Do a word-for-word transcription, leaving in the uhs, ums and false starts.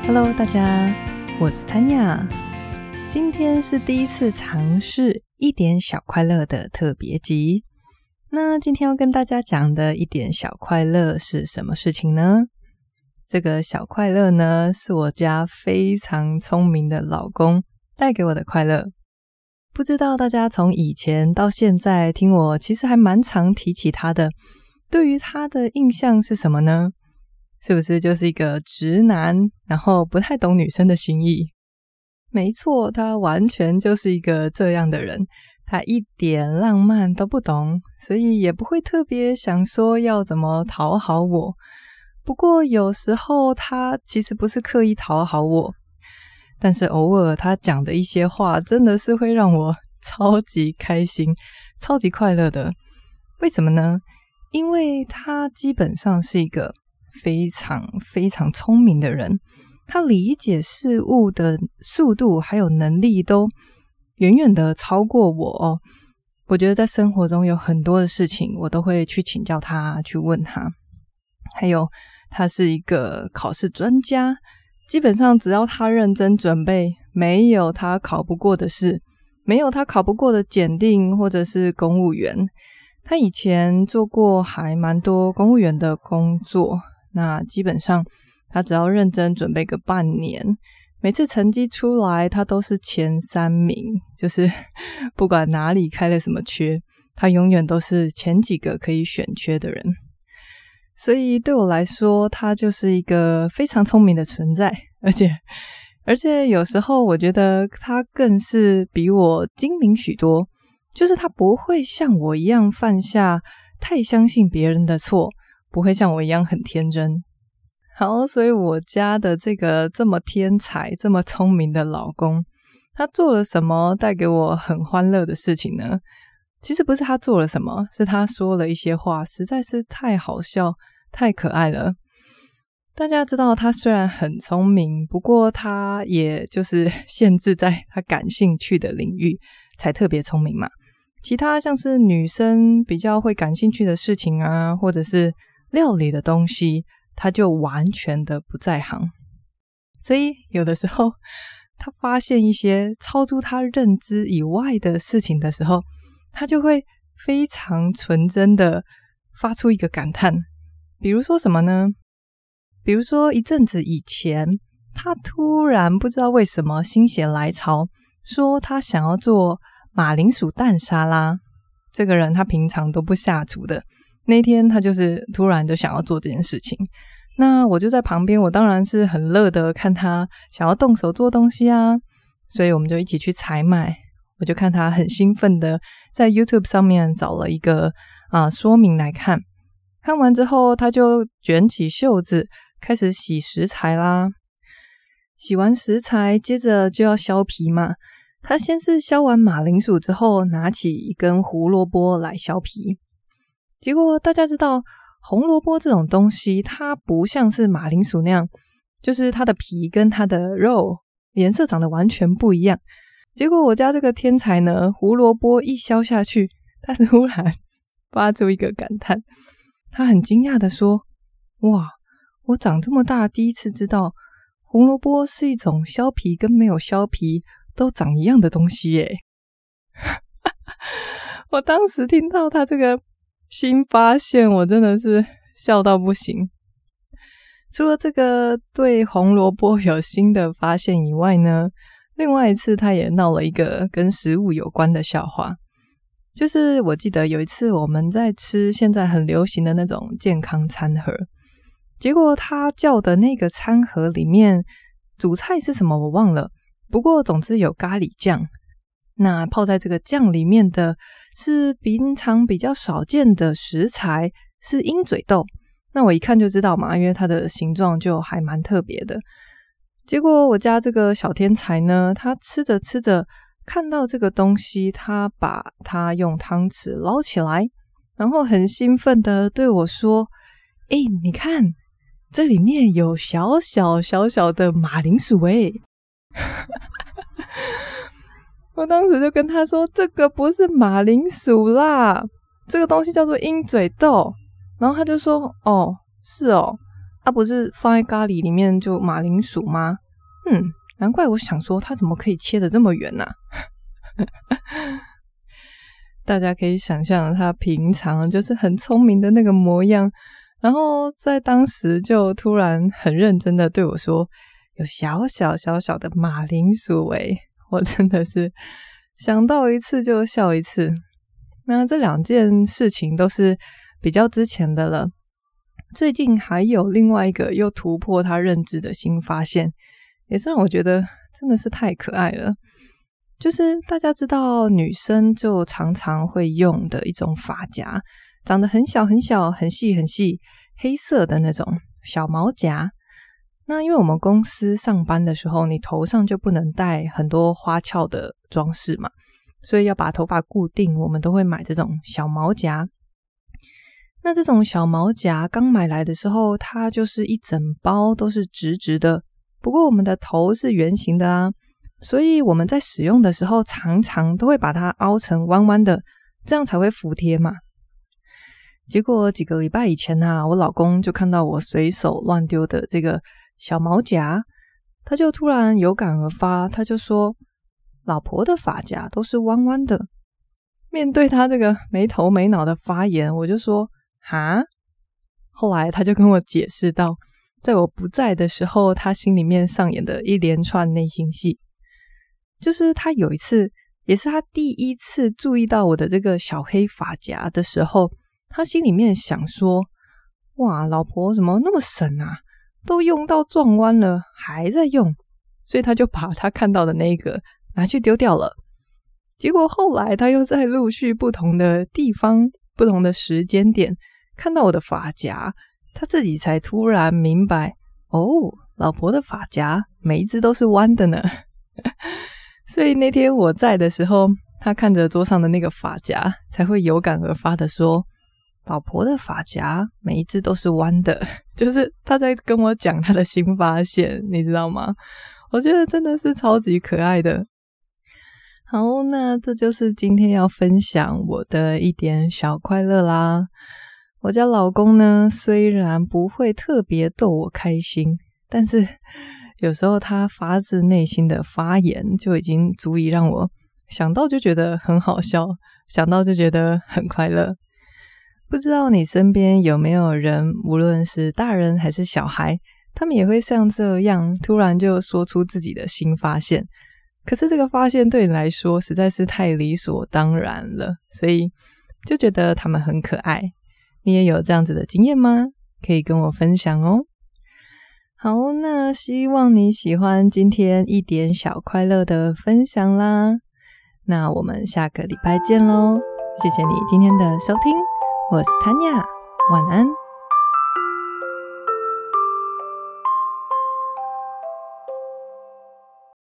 Hello， 大家，我是 Tanya。今天是第一次尝试一点小快乐的特别集。那今天要跟大家讲的一点小快乐是什么事情呢？这个小快乐呢，是我家非常聪明的老公带给我的快乐。不知道大家从以前到现在听我其实还蛮常提起他的，对于他的印象是什么呢？是不是就是一个直男，然后不太懂女生的心意？没错，他完全就是一个这样的人，他一点浪漫都不懂，所以也不会特别想说要怎么讨好我。不过有时候他其实不是刻意讨好我，但是偶尔他讲的一些话真的是会让我超级开心，超级快乐的。为什么呢？因为他基本上是一个非常非常聪明的人，他理解事物的速度还有能力都远远的超过我哦。我觉得在生活中有很多的事情我都会去请教他，去问他。还有他是一个考试专家，基本上只要他认真准备，没有他考不过的事，没有他考不过的检定或者是公务员。他以前做过还蛮多公务员的工作，那基本上他只要认真准备个半年，每次成绩出来他都是前三名，就是不管哪里开了什么缺，他永远都是前几个可以选缺的人。所以对我来说，他就是一个非常聪明的存在，而且而且有时候我觉得他更是比我精明许多，就是他不会像我一样犯下太相信别人的错，不会像我一样很天真。好，所以我家的这个这么天才这么聪明的老公，他做了什么带给我很欢乐的事情呢？其实不是他做了什么，是他说了一些话实在是太好笑太可爱了。大家知道他虽然很聪明，不过他也就是限制在他感兴趣的领域才特别聪明嘛。其他像是女生比较会感兴趣的事情啊，或者是料理的东西，他就完全的不在行。所以有的时候他发现一些超出他认知以外的事情的时候，他就会非常纯真的发出一个感叹。比如说什么呢？比如说一阵子以前，他突然不知道为什么心血来潮，说他想要做马铃薯蛋沙拉。这个人他平常都不下厨的，那天他就是突然就想要做这件事情。那我就在旁边，我当然是很乐的看他想要动手做东西啊，所以我们就一起去采买。我就看他很兴奋的在 YouTube 上面找了一个啊说明来看。看完之后，他就卷起袖子开始洗食材啦。洗完食材，接着就要削皮嘛。他先是削完马铃薯之后，拿起一根胡萝卜来削皮。结果大家知道，红萝卜这种东西，它不像是马铃薯那样，就是它的皮跟它的肉颜色长得完全不一样。结果我家这个天才呢，胡萝卜一削下去，他突然发出一个感叹。他很惊讶的说，哇，我长这么大第一次知道红萝卜是一种削皮跟没有削皮都长一样的东西耶。我当时听到他这个新发现，我真的是笑到不行。除了这个对红萝卜有新的发现以外呢，另外一次他也闹了一个跟食物有关的笑话。就是我记得有一次我们在吃现在很流行的那种健康餐盒，结果他叫的那个餐盒里面主菜是什么我忘了，不过总之有咖喱酱。那泡在这个酱里面的是平常比较少见的食材，是鹰嘴豆。那我一看就知道嘛，因为它的形状就还蛮特别的。结果我家这个小天才呢，他吃着吃着看到这个东西，他把它用汤匙捞起来，然后很兴奋的对我说，诶，你看这里面有小小小小的马铃薯诶。我当时就跟他说，这个不是马铃薯啦，这个东西叫做鹰嘴豆。然后他就说，哦，是哦， 它不是放在咖喱里面就马铃薯吗？嗯，难怪我想说它怎么可以切得这么圆啊。大家可以想象他平常就是很聪明的那个模样，然后在当时就突然很认真的对我说有小小小小的马铃薯诶，我真的是想到一次就笑一次。那这两件事情都是比较之前的了，最近还有另外一个又突破他认知的新发现，也是让我觉得真的是太可爱了。就是大家知道女生就常常会用的一种发夹，长得很小很小很细很细，黑色的那种小毛夹。那因为我们公司上班的时候，你头上就不能戴很多花俏的装饰嘛，所以要把头发固定，我们都会买这种小毛夹。那这种小毛夹刚买来的时候，它就是一整包都是直直的，不过我们的头是圆形的啊，所以我们在使用的时候常常都会把它凹成弯弯的，这样才会服帖嘛。结果几个礼拜以前啊，我老公就看到我随手乱丢的这个小毛夹，他就突然有感而发，他就说老婆的发夹都是弯弯的。面对他这个没头没脑的发言，我就说哈？后来他就跟我解释到，在我不在的时候，他心里面上演的一连串内心戏。就是他有一次，也是他第一次注意到我的这个小黑发夹的时候，他心里面想说，哇，老婆怎么那么省啊，都用到撞弯了还在用，所以他就把他看到的那个拿去丢掉了。结果后来他又在陆续不同的地方不同的时间点看到我的发夹，他自己才突然明白，哦，老婆的发夹每一只都是弯的呢。所以那天我在的时候，他看着桌上的那个发夹，才会有感而发的说，老婆的发夹每一只都是弯的，就是他在跟我讲他的新发现，你知道吗？我觉得真的是超级可爱的。好，那这就是今天要分享我的一点小快乐啦。我家老公呢，虽然不会特别逗我开心，但是有时候他发自内心的发言就已经足以让我想到就觉得很好笑，想到就觉得很快乐。不知道你身边有没有人，无论是大人还是小孩，他们也会像这样突然就说出自己的新发现，可是这个发现对你来说实在是太理所当然了，所以就觉得他们很可爱。你也有这样子的经验吗？可以跟我分享哦。好，那希望你喜欢今天一点小快乐的分享啦。那我们下个礼拜见咯，谢谢你今天的收听，我是Tanya，晚安。